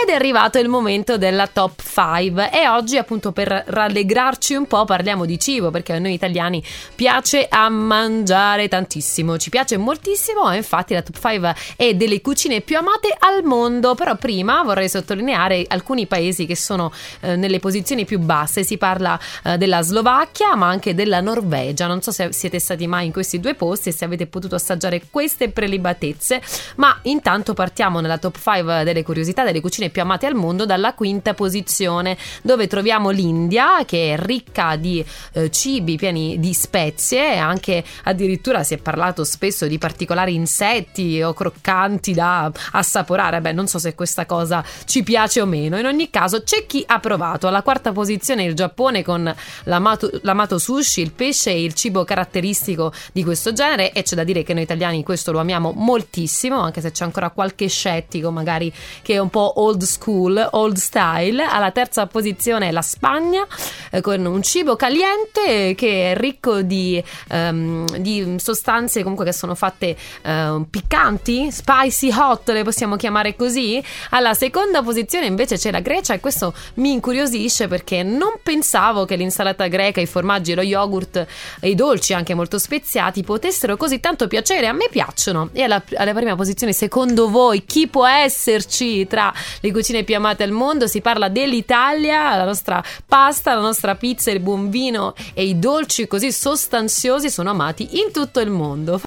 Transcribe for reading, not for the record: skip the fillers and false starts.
ed è arrivato il momento della top 5 e oggi, appunto, per rallegrarci un po' parliamo di cibo, perché a noi italiani piace a mangiare tantissimo, ci piace moltissimo, e infatti la top 5 è delle cucine più amate al mondo. Però prima vorrei sottolineare alcuni paesi che sono nelle posizioni più basse. Si parla della Slovacchia, ma anche della Norvegia. Non so se siete stati mai in questi due posti e se avete potuto assaggiare queste prelibatezze, ma intanto partiamo nella top 5 delle curiosità delle cucine più amate al mondo dalla quinta posizione, dove troviamo l'India, che è ricca di cibi pieni di spezie, e anche addirittura si è parlato spesso di particolari insetti o croccanti da assaporare. Beh, non so se questa cosa ci piace o meno. In ogni caso c'è chi ha provato. Alla quarta posizione il Giappone, con l'amato sushi, il pesce e il cibo caratteristico di questo genere, e c'è da dire che noi italiani questo lo amiamo moltissimo, anche se c'è ancora qualche scettico magari che è un po' old school, old style. Alla terza posizione la Spagna, con un cibo caliente che è ricco di sostanze comunque che sono fatte piccanti, spicy hot, le possiamo chiamare così. Alla seconda posizione invece c'è la Grecia, e questo mi incuriosisce perché non pensavo che l'insalata greca, i formaggi, lo yogurt e i dolci anche molto speziati potessero così tanto piacere. A me piacciono. E alla prima posizione, secondo voi, chi può esserci tra le cucine più amate al mondo? Si parla dell'Italia. La nostra pasta, la nostra pizza, il buon vino e i dolci così sostanziosi sono amati in tutto il mondo.